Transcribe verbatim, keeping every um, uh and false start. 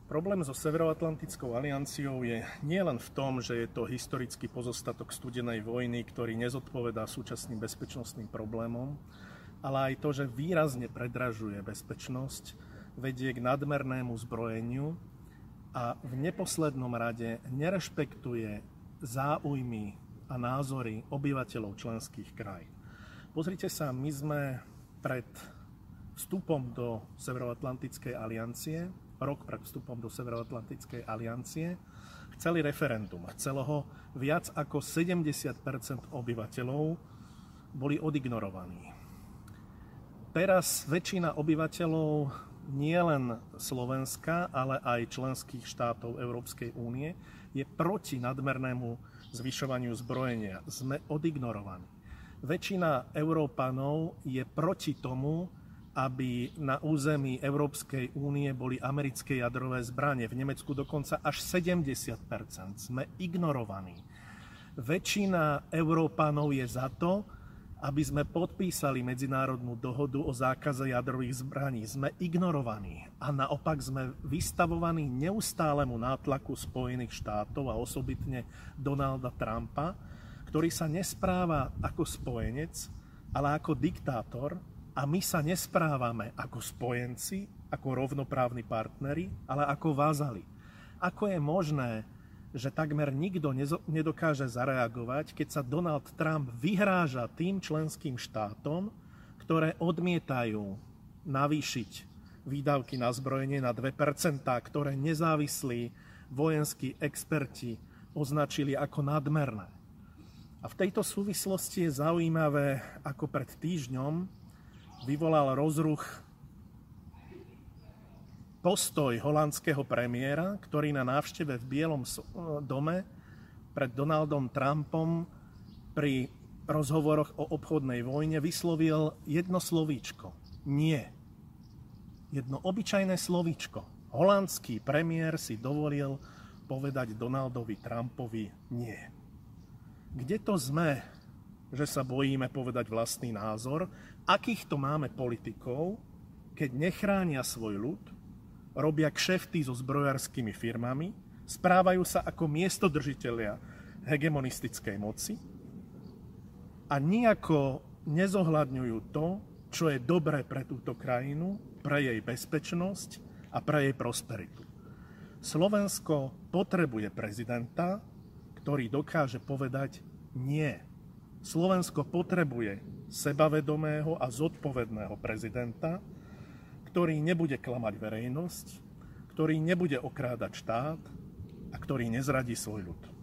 Problém so Severoatlantickou alianciou je nielen v tom, že je to historický pozostatok studenej vojny, ktorý nezodpovedá súčasným bezpečnostným problémom, ale aj to, že výrazne predražuje bezpečnosť, vedie k nadmernému zbrojeniu a v neposlednom rade nerešpektuje záujmy a názory obyvateľov členských krajín. Pozrite sa, my sme pred vstupom do Severoatlantickej aliancie, rok pred vstupom do Severoatlantickej aliancie, chceli referendum. Chcelo ho viac ako sedemdesiat percent obyvateľov, boli odignorovaní. Teraz väčšina obyvateľov nielen Slovenska, ale aj členských štátov Európskej únie je proti nadmernému zvyšovaniu zbrojenia. Sme odignorovaní. Väčšina Európanov je proti tomu, aby na území Európskej únie boli americké jadrové zbrane. V Nemecku dokonca až sedemdesiat percent. Sme ignorovaní. Väčšina Európanov je za to, aby sme podpísali medzinárodnú dohodu o zákaze jadrových zbraní. Sme ignorovaní a naopak sme vystavovaní neustálemu nátlaku Spojených štátov a osobitne Donalda Trumpa, ktorý sa nespráva ako spojenec, ale ako diktátor, a my sa nesprávame ako spojenci, ako rovnoprávni partneri, ale ako vázali. Ako je možné, že takmer nikto nedokáže zareagovať, keď sa Donald Trump vyhráža tým členským štátom, ktoré odmietajú navýšiť výdavky na zbrojenie na dve percentá, ktoré nezávislí vojenskí experti označili ako nadmerné. A v tejto súvislosti je zaujímavé, ako pred týždňom vyvolal rozruch postoj holandského premiéra, ktorý na návšteve v Bielom dome pred Donaldom Trumpom pri rozhovoroch o obchodnej vojne vyslovil jedno slovíčko. Nie. Jedno obyčajné slovíčko. Holandský premiér si dovolil povedať Donaldovi Trumpovi nie. Kde to sme, že sa bojíme povedať vlastný názor? Akých to máme politikov, keď nechránia svoj ľud, robia kšefty so zbrojárskymi firmami, správajú sa ako miestodržitelia hegemonistickej moci a nijako nezohľadňujú to, čo je dobré pre túto krajinu, pre jej bezpečnosť a pre jej prosperitu. Slovensko potrebuje prezidenta, ktorý dokáže povedať nie. Slovensko potrebuje sebavedomého a zodpovedného prezidenta, ktorý nebude klamať verejnosť, ktorý nebude okrádať štát a ktorý nezradí svoj ľud.